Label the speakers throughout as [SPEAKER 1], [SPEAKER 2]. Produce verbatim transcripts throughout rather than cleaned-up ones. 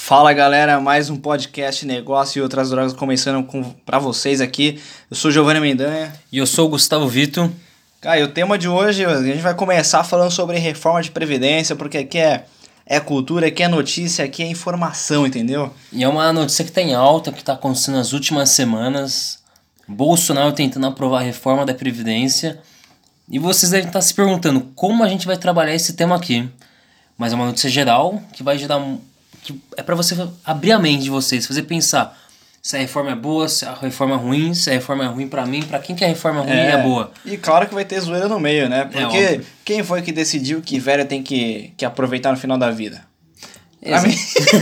[SPEAKER 1] Fala galera, mais um podcast Negócio e Outras Drogas começando com, pra vocês aqui. Eu sou Giovanni Mendanha.
[SPEAKER 2] E eu sou o Gustavo Vito.
[SPEAKER 1] Cara, e o tema de hoje, a gente vai começar falando sobre reforma de previdência, porque aqui é, é cultura, aqui é notícia, aqui é informação, entendeu?
[SPEAKER 2] E é uma notícia que tá em alta, que tá acontecendo nas últimas semanas. Bolsonaro tentando aprovar a reforma da Previdência. E vocês devem estar se perguntando como a gente vai trabalhar esse tema aqui. Mas é uma notícia geral que vai gerar... que é pra você abrir a mente de vocês, fazer pensar se a reforma é boa, se a reforma é ruim, se a reforma é ruim pra mim, pra quem que a reforma ruim é, é boa.
[SPEAKER 1] E claro que vai ter zoeira no meio, né? Porque é quem foi que decidiu que velho tem que, que aproveitar no final da vida? Pra mim...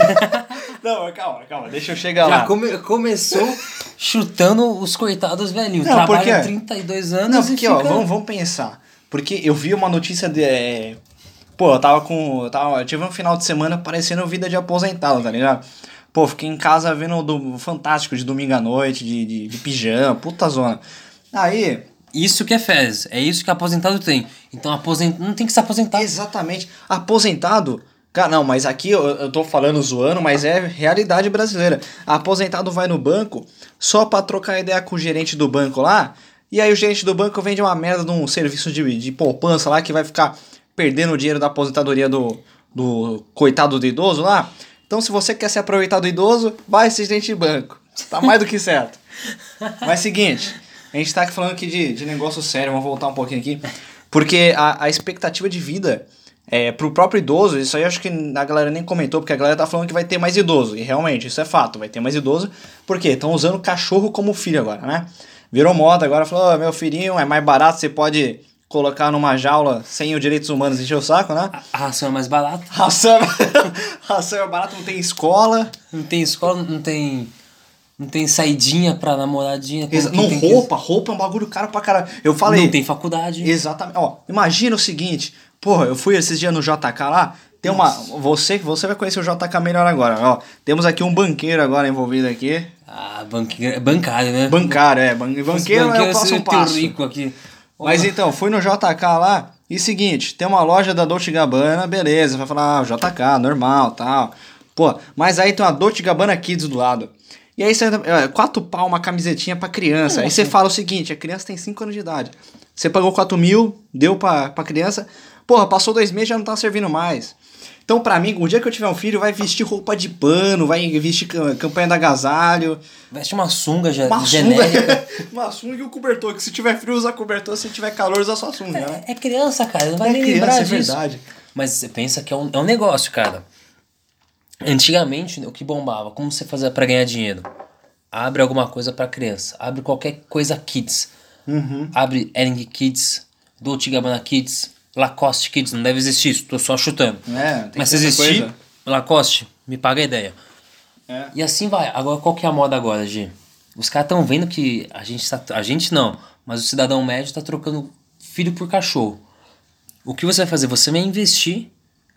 [SPEAKER 1] Não, calma, calma, deixa eu chegar
[SPEAKER 2] Já
[SPEAKER 1] lá.
[SPEAKER 2] Come, começou chutando os coitados velhinhos.
[SPEAKER 1] Não,
[SPEAKER 2] Trabalham
[SPEAKER 1] porque...
[SPEAKER 2] trinta e dois anos
[SPEAKER 1] Não,
[SPEAKER 2] e
[SPEAKER 1] porque,
[SPEAKER 2] fica...
[SPEAKER 1] ó, vamos, vamos pensar. Porque eu vi uma notícia de... É... Pô, eu tava com... Eu, tava, eu tive um final de semana parecendo vida de aposentado, tá ligado? Pô, fiquei em casa vendo o do Fantástico de domingo à noite, de, de, de pijama, puta zona. Aí...
[SPEAKER 2] Isso que é fezes, é isso que aposentado tem. Então aposent... não tem que se aposentar.
[SPEAKER 1] Exatamente. Aposentado... Cara, não, mas aqui eu, eu tô falando zoando, mas é realidade brasileira. Aposentado vai no banco só pra trocar ideia com o gerente do banco lá, e aí o gerente do banco vende uma merda de um serviço de, de poupança lá que vai ficar perdendo o dinheiro da aposentadoria do, do coitado do idoso lá. Então se você quer se aproveitar do idoso, vai ser gerente de banco. Tá mais do que certo. Mas seguinte, a gente tá aqui falando aqui de, de negócio sério, vamos voltar um pouquinho aqui, porque a, a expectativa de vida... É, pro próprio idoso, isso aí acho que a galera nem comentou, porque a galera tá falando que vai ter mais idoso. E realmente, isso é fato, vai ter mais idoso. Por quê? Estão usando cachorro como filho agora, né? Virou moda agora, falou, oh, meu filhinho é mais barato, você pode colocar numa jaula sem os direitos humanos encher o saco, né?
[SPEAKER 2] A ração é mais barata.
[SPEAKER 1] Ração, ração é barato, não tem escola.
[SPEAKER 2] Não tem escola, não tem... Não tem saidinha pra namoradinha.
[SPEAKER 1] Exa- não, roupa, que... roupa é um bagulho caro pra caralho. Eu falei...
[SPEAKER 2] Não tem faculdade.
[SPEAKER 1] Exatamente. Ó, imagina o seguinte... Porra, eu fui esses dias no J K lá, tem uma... Você, você vai conhecer o J K melhor agora, ó. Temos aqui um banqueiro agora envolvido aqui.
[SPEAKER 2] Ah, banqueiro, bancário, né?
[SPEAKER 1] Bancário, é. Ban, banqueiro, banqueiro é o próximo passo.
[SPEAKER 2] Rico aqui.
[SPEAKER 1] Mas Olá. Então, fui no J K lá, e seguinte, tem uma loja da Dolce and Gabbana, beleza, vai falar, ah, J K, normal, tal. Pô, mas aí tem uma Dolce and Gabbana Kids do lado. E aí você... É, quatro pau, uma camisetinha pra criança. Nossa. Aí você fala o seguinte, a criança tem cinco anos de idade. Você pagou quatro mil, deu pra, pra criança... Porra, passou dois meses e já não tá servindo mais. Então, pra mim, o dia que eu tiver um filho, vai vestir roupa de pano, vai vestir campanha da agasalho.
[SPEAKER 2] Veste uma sunga já,
[SPEAKER 1] uma
[SPEAKER 2] genérica.
[SPEAKER 1] Sunga, uma sunga e o cobertor, que se tiver frio, usa cobertor, se tiver calor, usa sua sunga,
[SPEAKER 2] é,
[SPEAKER 1] né?
[SPEAKER 2] É criança, cara, não vai
[SPEAKER 1] é
[SPEAKER 2] nem
[SPEAKER 1] criança,
[SPEAKER 2] lembrar
[SPEAKER 1] é
[SPEAKER 2] disso.
[SPEAKER 1] Verdade.
[SPEAKER 2] Mas você pensa que é um, é um negócio, cara. Antigamente, o que bombava, como você fazia pra ganhar dinheiro? Abre alguma coisa pra criança, abre qualquer coisa kids.
[SPEAKER 1] Uhum.
[SPEAKER 2] Abre Ering Kids, Dolce and Gabbana Kids... Lacoste Kids, não deve existir isso, tô só chutando.
[SPEAKER 1] É, tem
[SPEAKER 2] Mas se existir, coisa. Lacoste, me paga a ideia.
[SPEAKER 1] É.
[SPEAKER 2] E assim vai. Agora, qual que é a moda agora, Gi? Os caras estão vendo que a gente tá... A gente não, mas o cidadão médio tá trocando filho por cachorro. O que você vai fazer? Você vai investir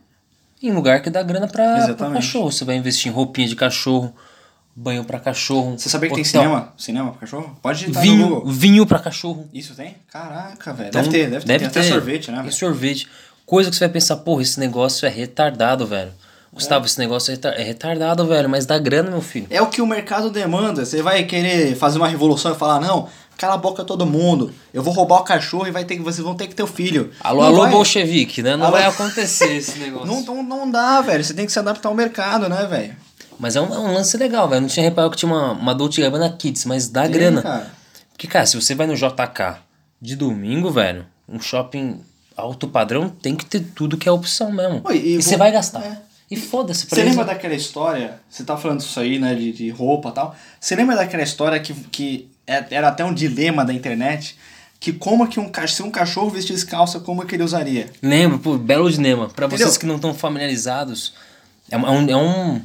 [SPEAKER 2] em lugar que dá grana pra, pra cachorro. Você vai investir em roupinha de cachorro, banho pra cachorro.
[SPEAKER 1] Você sabia que
[SPEAKER 2] hotel.
[SPEAKER 1] Tem cinema? Cinema pra cachorro? Pode digitar
[SPEAKER 2] vinho,
[SPEAKER 1] no Google.
[SPEAKER 2] Vinho pra cachorro.
[SPEAKER 1] Isso tem? Caraca, velho.
[SPEAKER 2] Então,
[SPEAKER 1] deve ter, deve ter.
[SPEAKER 2] Deve
[SPEAKER 1] tem
[SPEAKER 2] ter.
[SPEAKER 1] até sorvete, né?
[SPEAKER 2] Tem sorvete. Coisa que você vai pensar, porra, esse negócio é retardado, velho. Gustavo, é. esse negócio é, retar- é retardado, velho, mas dá grana, meu filho.
[SPEAKER 1] É o que o mercado demanda. Você vai querer fazer uma revolução e falar, não, cala a boca todo mundo. Eu vou roubar o cachorro e vai ter, vocês vão ter que ter o filho.
[SPEAKER 2] Alô,
[SPEAKER 1] não
[SPEAKER 2] alô,
[SPEAKER 1] vai...
[SPEAKER 2] bolchevique, né? Não
[SPEAKER 1] alô...
[SPEAKER 2] vai acontecer esse negócio.
[SPEAKER 1] não, não, não dá, velho. Você tem que se adaptar ao mercado, né, velho?
[SPEAKER 2] Mas é um, é um lance legal, velho. Não tinha reparado que tinha uma, uma Dolce and Gabbana Kids, mas dá Sim, grana. Cara. Porque, cara, se você vai no J K de domingo, velho, um shopping alto padrão, tem que ter tudo que é opção mesmo. Oi, e e você vou... vai gastar. É. E foda-se.
[SPEAKER 1] Você lembra daquela história, você tá falando disso aí, né, de, de roupa e tal. Você lembra daquela história que, que era até um dilema da internet, que como que um, se um cachorro vestisse calça, como que ele usaria?
[SPEAKER 2] Lembro, pô, belo dilema. Pra Entendeu? Vocês que não estão familiarizados, é um... É um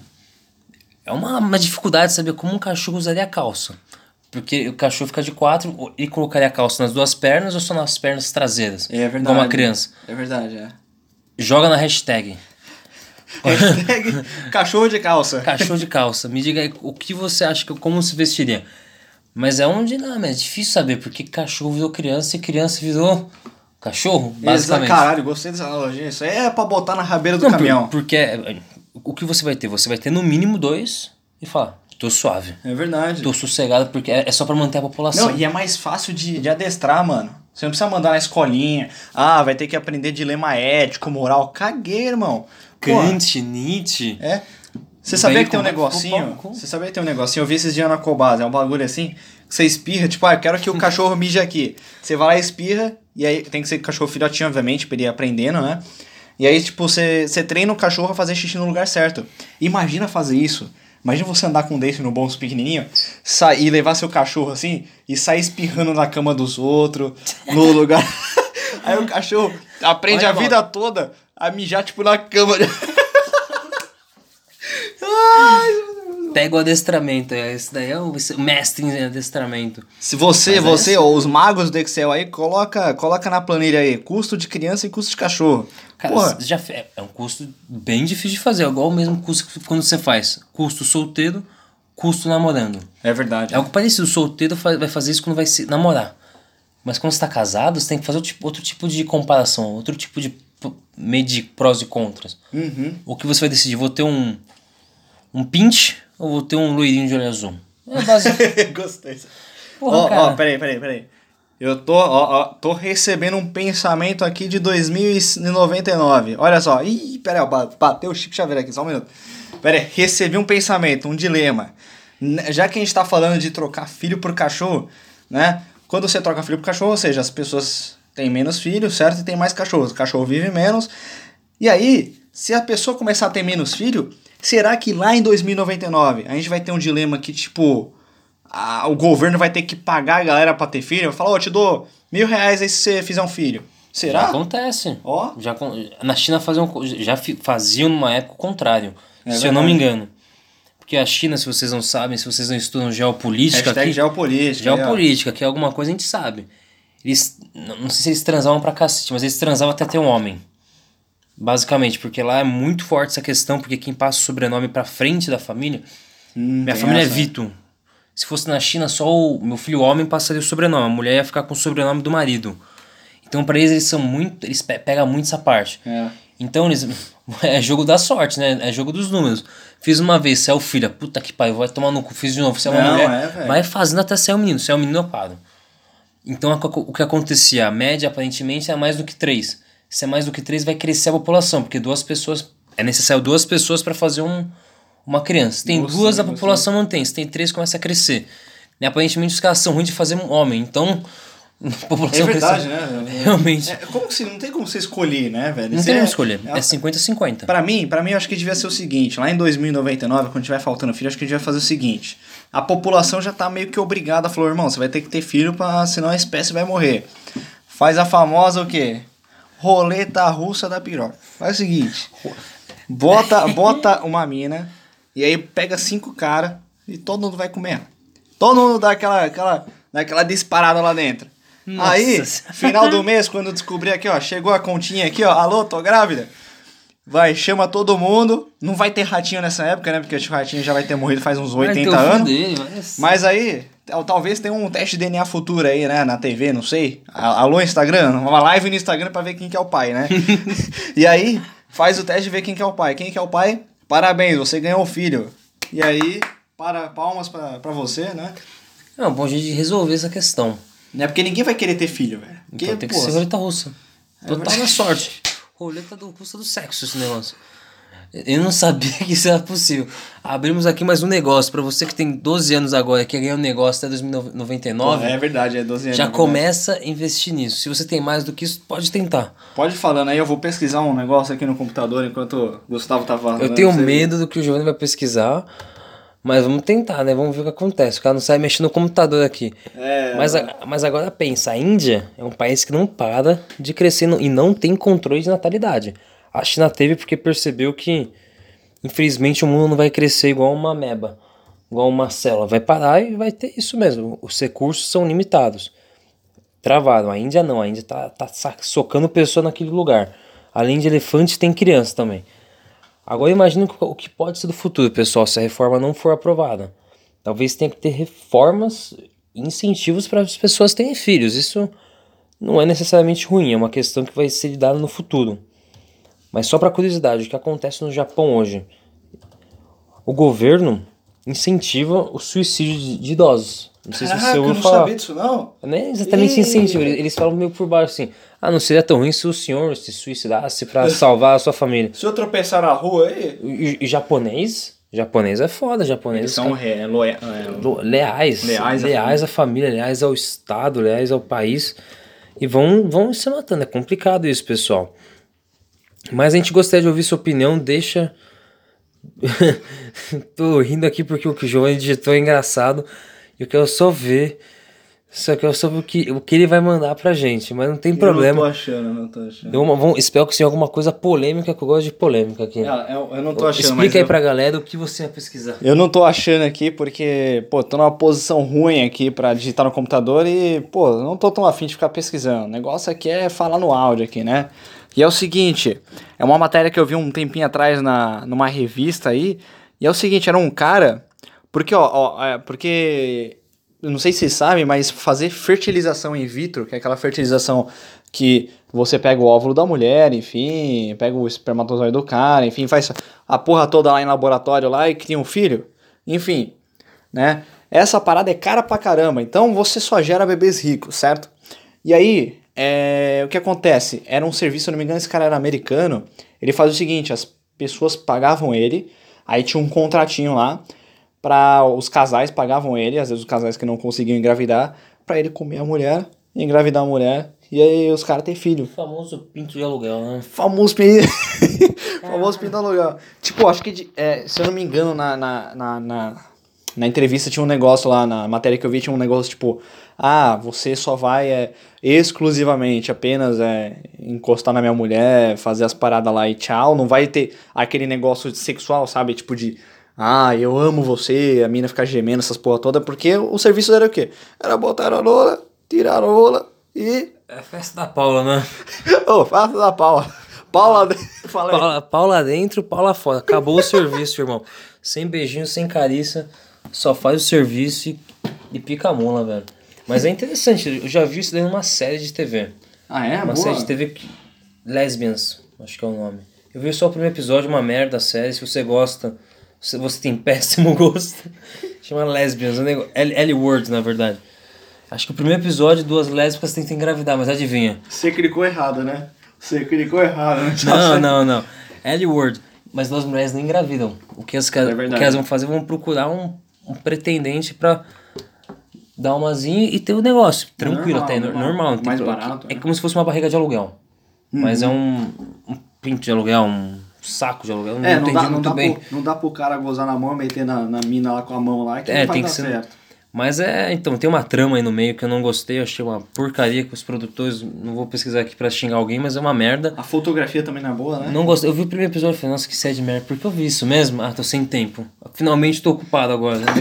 [SPEAKER 2] É uma, uma dificuldade saber como um cachorro usaria a calça. Porque o cachorro fica de quatro e colocaria a calça nas duas pernas ou só nas pernas traseiras?
[SPEAKER 1] É verdade.
[SPEAKER 2] Igual uma criança.
[SPEAKER 1] É verdade, é.
[SPEAKER 2] Joga na hashtag.
[SPEAKER 1] Hashtag cachorro de calça.
[SPEAKER 2] Cachorro de calça. Me diga aí o que você acha, que como se vestiria. Mas é um dilema, é difícil saber porque cachorro virou criança e criança virou cachorro, basicamente.
[SPEAKER 1] Exato, caralho, gostei dessa analogia. Isso aí é pra botar na rabeira do
[SPEAKER 2] Não,
[SPEAKER 1] caminhão.
[SPEAKER 2] Por, porque o que você vai ter? Você vai ter no mínimo dois e falar, tô suave.
[SPEAKER 1] É verdade.
[SPEAKER 2] Tô sossegado porque é, é só pra manter a população.
[SPEAKER 1] Não, e é mais fácil de, de adestrar, mano. Você não precisa mandar na escolinha. Ah, vai ter que aprender dilema ético, moral. Caguei, irmão.
[SPEAKER 2] Kant, Nietzsche.
[SPEAKER 1] É. Você sabia que tem um
[SPEAKER 2] Bacon,
[SPEAKER 1] negocinho?
[SPEAKER 2] pô, pô, pô.
[SPEAKER 1] Você sabia que tem um negocinho? Eu vi esses dias na Cobasa. É um bagulho assim. Que você espirra. Tipo, ah, eu quero que o cachorro mije aqui. Você vai lá e espirra. E aí tem que ser cachorro filhotinho, obviamente, pra ele ir aprendendo, né? E aí, tipo, você, você treina o cachorro a fazer xixi no lugar certo. Imagina fazer isso. Imagina você andar com um desse no bolso pequenininho, sair, levar seu cachorro assim e sair espirrando na cama dos outros, no lugar. Aí o cachorro aprende
[SPEAKER 2] Olha,
[SPEAKER 1] a vida
[SPEAKER 2] mano.
[SPEAKER 1] toda a mijar, tipo, na cama.
[SPEAKER 2] Pega o adestramento. Esse daí é o esse- o mestre em adestramento.
[SPEAKER 1] Se você,
[SPEAKER 2] Mas é
[SPEAKER 1] você,
[SPEAKER 2] assim.
[SPEAKER 1] ou os magos do Excel aí, coloca, coloca na planilha aí, custo de criança e custo de cachorro.
[SPEAKER 2] Cara,
[SPEAKER 1] Porra,
[SPEAKER 2] já fe- é um custo bem difícil de fazer. É igual o mesmo custo que quando você faz. Custo solteiro, custo namorando.
[SPEAKER 1] é verdade.
[SPEAKER 2] É algo parecido. O solteiro fa- vai fazer isso quando vai se namorar. Mas quando você tá casado, você tem que fazer outro tipo, outro tipo de comparação. Outro tipo de p- medir prós e contras.
[SPEAKER 1] Uhum.
[SPEAKER 2] O que você vai decidir? Vou ter um, um pinte ou vou ter um loirinho de olho azul? É básico.
[SPEAKER 1] Gostei.
[SPEAKER 2] Porra,
[SPEAKER 1] Ó,
[SPEAKER 2] cara.
[SPEAKER 1] ó, peraí, peraí, peraí. Eu tô, ó, ó, tô recebendo um pensamento aqui de dois mil e noventa e nove. Olha só. Ih, peraí, ó, ba- bateu o Chico Xavier aqui, só um minuto. Peraí, recebi um pensamento, um dilema. N- Já que a gente tá falando de trocar filho por cachorro, né? Quando você troca filho por cachorro, ou seja, as pessoas têm menos filhos, certo? E tem mais cachorros. O cachorro vive menos. E aí, se a pessoa começar a ter menos filho, será que lá em dois mil e noventa e nove a gente vai ter um dilema que, tipo, a- o governo vai ter que pagar a galera pra ter filho? Vai falar, ó, eu te dou mil reais aí se você fizer um filho.
[SPEAKER 2] Já
[SPEAKER 1] Será?
[SPEAKER 2] acontece.
[SPEAKER 1] Ó.
[SPEAKER 2] Já, acon- na China faziam, co- já fi- faziam numa época o contrário.
[SPEAKER 1] É
[SPEAKER 2] se eu não me
[SPEAKER 1] verdade.
[SPEAKER 2] engano. Porque a China, se vocês não sabem, se vocês não estudam geopolítica
[SPEAKER 1] Hashtag
[SPEAKER 2] aqui,
[SPEAKER 1] geopolítica. aí, ó.
[SPEAKER 2] geopolítica, que é alguma coisa a gente sabe. Eles, não não sei se eles transavam pra cacete, mas eles transavam até ter um homem. Basicamente, porque lá é muito forte essa questão, porque quem passa o sobrenome pra frente da família,
[SPEAKER 1] Hum,
[SPEAKER 2] minha
[SPEAKER 1] tem
[SPEAKER 2] família
[SPEAKER 1] essa.
[SPEAKER 2] é Vito. Se fosse na China, só o meu filho homem passaria o sobrenome, a mulher ia ficar com o sobrenome do marido. Então pra eles eles são muito, eles pe- pegam muito essa parte.
[SPEAKER 1] É.
[SPEAKER 2] Então eles é jogo da sorte, né? É jogo dos números. Fiz uma vez, se é o filho, puta que pariu, vai tomar no cu, fiz de novo, se é uma
[SPEAKER 1] Não,
[SPEAKER 2] mulher,
[SPEAKER 1] é, velho.
[SPEAKER 2] vai fazendo até ser um menino, se é um menino eu paro. Então a co- o que acontecia? A média aparentemente é mais do que três. Se é mais do que três, vai crescer a população, porque duas pessoas. É necessário duas pessoas para fazer um, uma criança. Se tem
[SPEAKER 1] Gostei,
[SPEAKER 2] duas, a
[SPEAKER 1] gostei.
[SPEAKER 2] população não tem. Se tem três, começa a crescer. E aparentemente os caras são ruins de fazer um homem. Então, a população
[SPEAKER 1] É verdade,
[SPEAKER 2] cresce-
[SPEAKER 1] né?
[SPEAKER 2] Realmente.
[SPEAKER 1] É, como que se, não tem como você escolher, né, velho?
[SPEAKER 2] não
[SPEAKER 1] Você
[SPEAKER 2] tem como
[SPEAKER 1] é-
[SPEAKER 2] escolher.
[SPEAKER 1] é-
[SPEAKER 2] É cinquenta a cinquenta.
[SPEAKER 1] Pra mim, pra mim, eu acho que devia ser o seguinte, lá em dois mil e noventa e nove, quando tiver faltando filho, acho que a gente vai fazer o seguinte, a população já tá meio que obrigada a falar, irmão, você vai ter que ter filho, pra, senão a espécie vai morrer. Faz a famosa o quê? Roleta russa da piroca. Faz o seguinte, bota, bota uma mina, e aí pega cinco caras, e todo mundo vai comer. Todo mundo dá aquela, aquela, dá aquela disparada lá dentro.
[SPEAKER 2] Nossa
[SPEAKER 1] Aí,
[SPEAKER 2] Senhora.
[SPEAKER 1] final do mês, quando eu descobrir aqui, ó, chegou a continha aqui, ó, alô, tô grávida. Vai, chama todo mundo. Não vai ter ratinho nessa época, né? Porque o ratinho já vai ter morrido faz uns
[SPEAKER 2] Vai ter
[SPEAKER 1] oitenta
[SPEAKER 2] o filho
[SPEAKER 1] anos.
[SPEAKER 2] dele, mas...
[SPEAKER 1] Mas aí, tal- talvez tenha um teste de D N A futuro aí, né? Na T V, não sei. A- Alô, Instagram? Uma live no Instagram pra ver quem que é o pai, né? E aí, faz o teste de ver quem que é o pai. Quem que é o pai? Parabéns, você ganhou o filho. E aí, para, palmas pra, pra você, né?
[SPEAKER 2] É um bom jeito de resolver essa questão.
[SPEAKER 1] Não é porque ninguém vai querer ter filho, velho. Porque,
[SPEAKER 2] Então tem que
[SPEAKER 1] pô,
[SPEAKER 2] ser roleta russa. Total
[SPEAKER 1] verdade.
[SPEAKER 2] na sorte. Roleta do russa do sexo esse negócio. Eu não sabia que isso era possível. Abrimos aqui mais um negócio. Pra você que tem doze anos agora e quer ganhar um negócio até dois mil e noventa e nove,
[SPEAKER 1] é verdade, é doze anos.
[SPEAKER 2] já
[SPEAKER 1] é verdade.
[SPEAKER 2] começa a investir nisso. Se você tem mais do que isso, pode tentar.
[SPEAKER 1] Pode ir falando aí, eu vou pesquisar um negócio aqui no computador enquanto o Gustavo tá falando.
[SPEAKER 2] Eu tenho
[SPEAKER 1] Não sei.
[SPEAKER 2] medo do que o Giovanni vai pesquisar, mas vamos tentar, né? Vamos ver o que acontece. O cara não sai mexendo no computador aqui.
[SPEAKER 1] É,
[SPEAKER 2] Mas, a- mas agora pensa, a Índia é um país que não para de crescer no- e não tem controle de natalidade. A China teve porque percebeu que, infelizmente, o mundo não vai crescer igual uma ameba, igual uma célula. Vai parar e vai ter isso mesmo. Os recursos são limitados. Travaram. A Índia não. A Índia tá, tá sa- socando pessoa naquele lugar. Além de elefante, tem criança também. Agora imagine o que pode ser do futuro, pessoal, se a reforma não for aprovada. Talvez tenha que ter reformas e incentivos para as pessoas terem filhos. Isso não é necessariamente ruim, é uma questão que vai ser lidada no futuro. Mas só para curiosidade, o que acontece no Japão hoje? o governo incentiva o suicídio de, de idosos. Não sei
[SPEAKER 1] Caraca,
[SPEAKER 2] se você ouviu
[SPEAKER 1] eu não
[SPEAKER 2] falar.
[SPEAKER 1] sabia disso, não.
[SPEAKER 2] Não é exatamente incentivo, eles, eles falam meio por baixo assim, ah, não seria tão ruim se o senhor se suicidasse pra salvar a sua família.
[SPEAKER 1] Se eu tropeçar na rua aí...
[SPEAKER 2] E, e japonês, japonês é foda, japonês...
[SPEAKER 1] Eles são re, loia,
[SPEAKER 2] lo- leais,
[SPEAKER 1] Leais
[SPEAKER 2] leais,
[SPEAKER 1] à
[SPEAKER 2] à família, leais ao Estado, leais ao país, e vão, vão se matando, é complicado isso, pessoal. Mas a gente gostaria de ouvir sua opinião, deixa... Tô rindo aqui porque o que o Giovanni digitou é engraçado, e eu quero só ver... Só que eu soube o que, o que ele vai mandar pra gente, mas não tem problema.
[SPEAKER 1] Eu não tô achando, não tô achando.
[SPEAKER 2] Eu vou, espero que seja alguma coisa polêmica, que eu gosto de polêmica aqui.
[SPEAKER 1] É, eu, eu não tô achando,
[SPEAKER 2] Explica
[SPEAKER 1] mas
[SPEAKER 2] aí
[SPEAKER 1] eu...
[SPEAKER 2] pra galera o que você vai pesquisar.
[SPEAKER 1] Eu não tô achando aqui porque, pô, tô numa posição ruim aqui pra digitar no computador e, pô, não tô tão afim de ficar pesquisando. O negócio aqui é falar no áudio aqui, né? E é o seguinte, é uma matéria que eu vi um tempinho atrás na, numa revista aí, e é o seguinte, era um cara, porque, ó, ó é, porque... Eu não sei se vocês sabem, mas fazer fertilização in vitro, que é aquela fertilização que você pega o óvulo da mulher, enfim, pega o espermatozoide do cara, enfim, faz a porra toda lá em laboratório lá e cria um filho, enfim, né? Essa parada é cara pra caramba, então você só gera bebês ricos, certo? E aí, é, o que acontece? Era um serviço, se eu não me engano, esse cara era americano, ele fazia o seguinte, as pessoas pagavam ele, aí tinha um contratinho lá, para os casais pagavam ele, às vezes os casais que não conseguiam engravidar, para ele comer a mulher, engravidar a mulher, e aí os caras têm filho.
[SPEAKER 2] O famoso pinto de aluguel, né?
[SPEAKER 1] Famoso pinto. Famoso pinto de aluguel. Tipo, acho que, é, se eu não me engano, na, na, na, na, na entrevista tinha um negócio lá, na matéria que eu vi, tinha um negócio tipo, ah, você só vai é, exclusivamente, apenas é, encostar na minha mulher, fazer as paradas lá e tchau, não vai ter aquele negócio sexual, sabe? Tipo de... Ah, eu amo você, a mina ficar gemendo essas porra toda, porque o serviço era o quê? Era botar a rola, tirar a rola e...
[SPEAKER 2] É festa da Paula, né?
[SPEAKER 1] Ô, oh, festa da Paula. Paula dentro, fala aí.
[SPEAKER 2] Paula, Paula dentro, Paula fora. Acabou o serviço, irmão. Sem beijinho, sem carícia, só faz o serviço e, e pica a mula, velho. Mas é interessante, eu já vi isso daí numa série de T V.
[SPEAKER 1] Ah, é?
[SPEAKER 2] Uma
[SPEAKER 1] Boa.
[SPEAKER 2] série de T V, que... Lesbians, acho que é o nome. Eu vi só o primeiro episódio, uma merda a série, se você gosta... Se você tem péssimo gosto, chama Lesbians, um negócio, L-Word, na verdade. Acho que o primeiro episódio, duas lésbicas tentam engravidar, mas adivinha?
[SPEAKER 1] Você clicou errado, né? Você clicou errado, né?
[SPEAKER 2] Não, não, não. L-Word. Mas duas mulheres não engravidam. O que, as, é o que elas vão fazer? Vão procurar um, um pretendente pra dar umazinha e ter o negócio. Tranquilo,
[SPEAKER 1] normal,
[SPEAKER 2] até.
[SPEAKER 1] Normal.
[SPEAKER 2] normal
[SPEAKER 1] Mais
[SPEAKER 2] tem,
[SPEAKER 1] barato.
[SPEAKER 2] É
[SPEAKER 1] né?
[SPEAKER 2] como se fosse uma barriga de aluguel.
[SPEAKER 1] Uhum.
[SPEAKER 2] Mas é um, um pinto de aluguel, um... saco de aluguel, não
[SPEAKER 1] é, não
[SPEAKER 2] entendi
[SPEAKER 1] dá, não
[SPEAKER 2] muito
[SPEAKER 1] dá
[SPEAKER 2] bem.
[SPEAKER 1] Pro, não dá pro cara gozar na mão, meter na, na mina lá com a mão lá, que
[SPEAKER 2] é,
[SPEAKER 1] não vai
[SPEAKER 2] tem
[SPEAKER 1] dar
[SPEAKER 2] que ser...
[SPEAKER 1] certo.
[SPEAKER 2] Mas é, então, tem uma trama aí no meio que eu não gostei, eu achei uma porcaria com os produtores, não vou pesquisar aqui pra xingar alguém, mas é uma merda.
[SPEAKER 1] A fotografia também não é boa, né?
[SPEAKER 2] Não gostei, eu vi o primeiro episódio e falei, nossa, que série de merda, por que eu vi isso mesmo? Ah, tô sem tempo. Finalmente tô ocupado agora, né?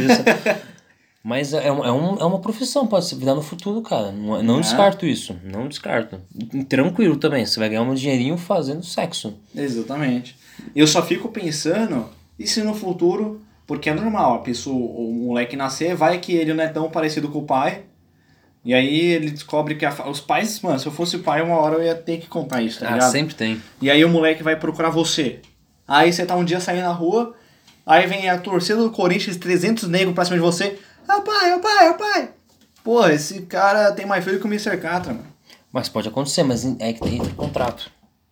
[SPEAKER 2] Mas é, uma, é, um, é uma profissão, pode se virar no futuro, cara. Não, não é. descarto isso. Não descarto. Tranquilo também. Você vai ganhar um dinheirinho fazendo sexo.
[SPEAKER 1] Exatamente. Eu só fico pensando, e se no futuro, porque é normal, a pessoa, o moleque nascer, vai que ele não é tão parecido com o pai. E aí ele descobre que a, os pais, mano, se eu fosse pai, uma hora eu ia ter que contar isso, tá
[SPEAKER 2] ah,
[SPEAKER 1] ligado?
[SPEAKER 2] Ah, sempre tem.
[SPEAKER 1] E aí o moleque vai procurar você. Aí você tá um dia saindo na rua, aí vem a torcida do Corinthians, trezentos negros pra cima de você. É o pai, é o pai, é o pai. Pô, esse cara tem mais filho que o mister Catra, mano.
[SPEAKER 2] Mas pode acontecer, mas é que tem contrato.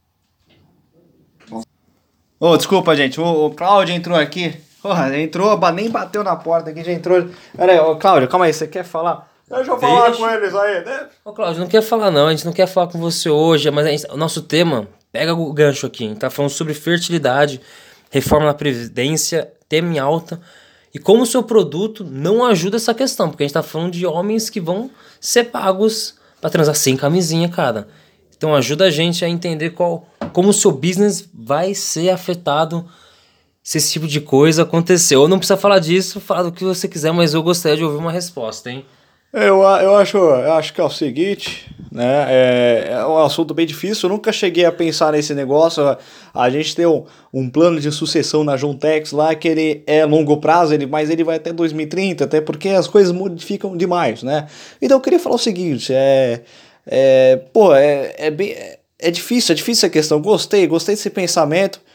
[SPEAKER 1] Ô, oh, desculpa, gente. O, o Cláudio entrou aqui. Porra, entrou, nem bateu na porta aqui, já entrou. Pera aí, ô Cláudio, calma aí, você quer falar? Deixa eu falar Deixa. com eles aí, né?
[SPEAKER 2] Ô Cláudio, não quer falar não, a gente não quer falar com você hoje, mas a gente, o nosso tema, pega o gancho aqui, a gente tá falando sobre fertilidade, reforma na Previdência, tema em alta, e como o seu produto não ajuda essa questão, porque a gente tá falando de homens que vão ser pagos pra transar sem camisinha, cara. Então ajuda a gente a entender qual, como o seu business vai ser afetado se esse tipo de coisa aconteceu. Não precisa falar disso, falar do que você quiser, mas eu gostaria de ouvir uma resposta, hein?
[SPEAKER 1] Eu, eu, acho, eu acho que é o seguinte, né, é, é um assunto bem difícil, eu nunca cheguei a pensar nesse negócio, a, a gente tem um, um plano de sucessão na Juntex lá que ele é longo prazo, ele, mas ele vai até dois mil e trinta, até porque as coisas modificam demais, né, então eu queria falar o seguinte, é, é pô, é, é, bem, é, é difícil, é difícil a questão, gostei, gostei desse pensamento,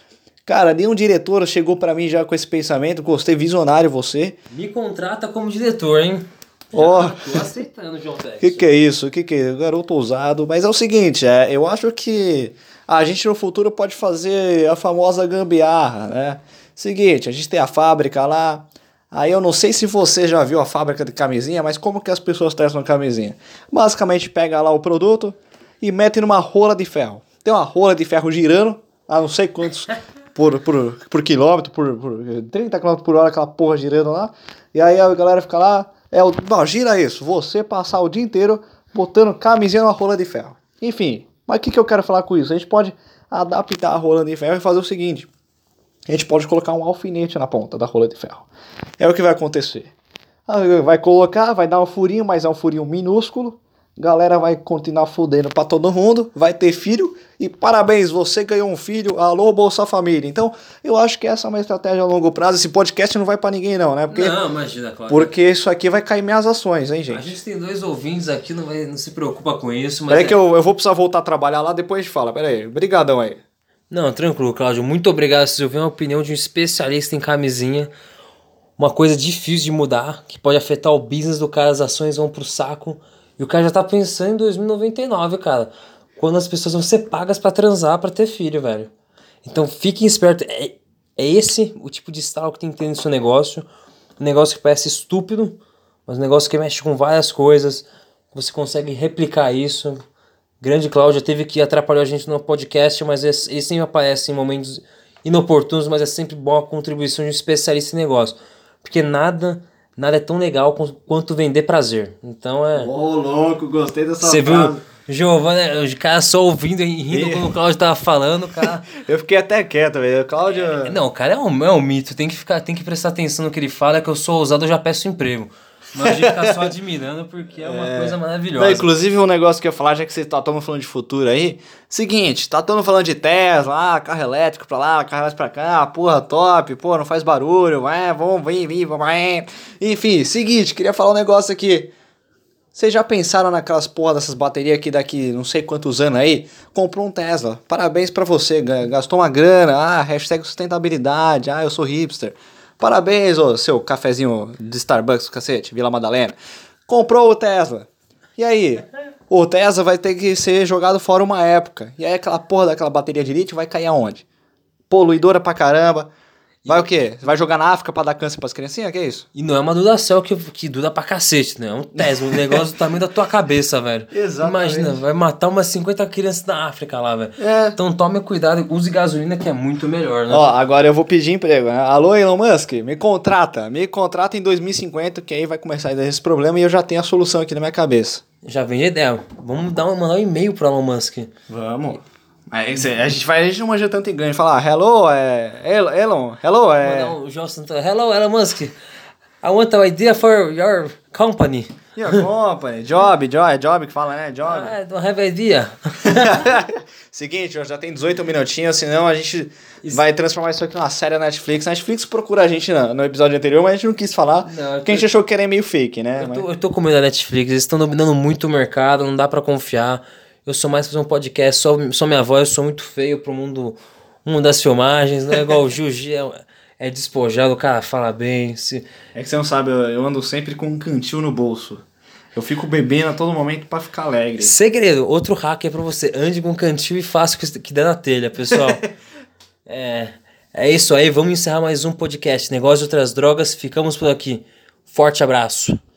[SPEAKER 1] Cara, nenhum diretor chegou pra mim já com esse pensamento. Gostei, visionário você.
[SPEAKER 2] Me contrata como diretor, hein?
[SPEAKER 1] Ó,
[SPEAKER 2] Tô aceitando, João Tex.
[SPEAKER 1] que que é isso? Que que é? Garoto ousado. Mas é o seguinte, é, eu acho que a gente no futuro pode fazer a famosa gambiarra, né? Seguinte, a gente tem a fábrica lá. Aí eu não sei se você já viu a fábrica de camisinha, mas como que as pessoas testam a camisinha? Basicamente pega lá o produto e mete numa rola de ferro. Tem uma rola de ferro girando, a não sei quantos por, por, por quilômetro, por, por trinta quilômetros por hora, aquela porra girando lá. E aí a galera fica lá, é, o- não, gira isso, você passar o dia inteiro botando camisinha na rola de ferro. Enfim, mas o que, que eu quero falar com isso? A gente pode adaptar a rola de ferro e fazer o seguinte. A gente pode colocar um alfinete na ponta da rola de ferro. É o que vai acontecer. Ah, vai colocar, vai dar um furinho, mas é um furinho minúsculo. Galera vai continuar fudendo pra todo mundo, vai ter filho e parabéns, você ganhou um filho, alô Bolsa Família. Então, eu acho que essa é uma estratégia a longo prazo. Esse podcast não vai pra ninguém não, né? Porque,
[SPEAKER 2] Não, imagina, claro.
[SPEAKER 1] porque isso aqui vai cair minhas ações, hein,
[SPEAKER 2] A
[SPEAKER 1] gente?
[SPEAKER 2] gente tem dois ouvintes aqui, não, vai, não se preocupa com isso, mas...
[SPEAKER 1] Peraí
[SPEAKER 2] é-
[SPEAKER 1] que eu, eu vou precisar voltar a trabalhar lá, depois a gente fala. Peraí, brigadão aí.
[SPEAKER 2] Não, tranquilo, Cláudio. Muito obrigado. Vocês ouviram a opinião de um especialista em camisinha. Uma coisa difícil de mudar, que pode afetar o business do cara, as ações vão pro saco. E o cara já tá pensando em dois mil e noventa e nove, cara. Quando as pessoas vão ser pagas pra transar, pra ter filho, velho. Então fiquem espertos. É, é esse o tipo de estalo que tem que ter no seu negócio. Um negócio que parece estúpido, mas um negócio que mexe com várias coisas. Você consegue replicar isso. Grande Cláudia teve que atrapalhar a gente no podcast, mas ele sempre aparece em momentos inoportunos, mas é sempre bom a contribuição de um especialista em negócio. Porque nada, nada é tão legal com- quanto vender prazer. Então é...
[SPEAKER 1] Ô, louco, gostei dessa
[SPEAKER 2] Você viu, Giovanni, o cara só ouvindo e rindo
[SPEAKER 1] Ih.
[SPEAKER 2] quando o Cláudio tava falando, o cara...
[SPEAKER 1] Eu fiquei até quieto, velho. Cláudio...
[SPEAKER 2] Não, o cara é um, é um mito, tem que, ficar, tem que prestar atenção no que ele fala, que eu sou ousado, eu já peço emprego. Mas a gente fica só admirando porque é uma coisa maravilhosa.
[SPEAKER 1] Não, inclusive um negócio que eu ia falar, já que vocês estão falando de futuro aí. Seguinte, tá todo mundo falando de Tesla, ah, carro elétrico pra lá, carro elétrico pra cá, porra, top, pô, não faz barulho, vai, vamos, vem, vem, vai. Enfim, seguinte, queria falar um negócio aqui. Vocês já pensaram naquelas porra dessas baterias que daqui não sei quantos anos aí? Comprou um Tesla. Parabéns pra você, ga- gastou uma grana, ah, hashtag sustentabilidade, ah, eu sou hipster. Parabéns, ô seu cafezinho de Starbucks, cacete, Vila Madalena. Comprou o Tesla. E aí? O Tesla vai ter que ser jogado fora uma época. E aí aquela porra daquela bateria de lítio vai cair aonde? Poluidora pra caramba. Vai o quê? Vai jogar na África pra dar câncer pras criancinhas? Que isso?
[SPEAKER 2] E não é uma Duracell que, que dura pra cacete, né? É um Tesla, um negócio do tamanho da tua cabeça, velho.
[SPEAKER 1] Exatamente.
[SPEAKER 2] Imagina, vai matar umas cinquenta crianças na África lá, velho.
[SPEAKER 1] É.
[SPEAKER 2] Então tome cuidado, use gasolina que é muito melhor, né?
[SPEAKER 1] Ó, agora eu vou pedir emprego, né? Alô, Elon Musk, me contrata. Me contrata em dois mil e cinquenta, que aí vai começar a dar esse problema e eu já tenho a solução aqui na minha cabeça.
[SPEAKER 2] Já vem a ideia. Vamos dar um, mandar um e-mail pro Elon Musk.
[SPEAKER 1] Vamos. Mas a gente vai, a gente não manja tanto em ganho. Falar, hello, é... El- Elon, hello, é...
[SPEAKER 2] Mandar um João Santana. Hello, Elon Musk. I want an idea for your company.
[SPEAKER 1] Your company, job, job, é job que fala, né? Job.
[SPEAKER 2] I don't have idea.
[SPEAKER 1] Seguinte, ó, já tem dezoito minutinhos, senão a gente vai transformar isso aqui numa série na Netflix. A Netflix procura a gente no, no episódio anterior, mas a gente não quis falar,
[SPEAKER 2] Não, eu
[SPEAKER 1] porque a gente achou que era meio fake, né?
[SPEAKER 2] Eu
[SPEAKER 1] Mas-
[SPEAKER 2] tô, eu tô com medo da Netflix, eles estão dominando muito o mercado, não dá pra confiar. Eu sou mais fazer um podcast, só, só minha voz, eu sou muito feio pro mundo, mundo das filmagens, não é igual o Juji, é, é despojado, o cara fala bem. Se...
[SPEAKER 1] É que você não sabe, eu, eu ando sempre com um cantil no bolso. Eu fico bebendo a todo momento pra ficar alegre.
[SPEAKER 2] Segredo, outro hack é pra você, ande com cantil e faça o que, que der na telha, pessoal. é, é isso aí, vamos encerrar mais um podcast. Negócio de outras drogas, ficamos por aqui. Forte abraço.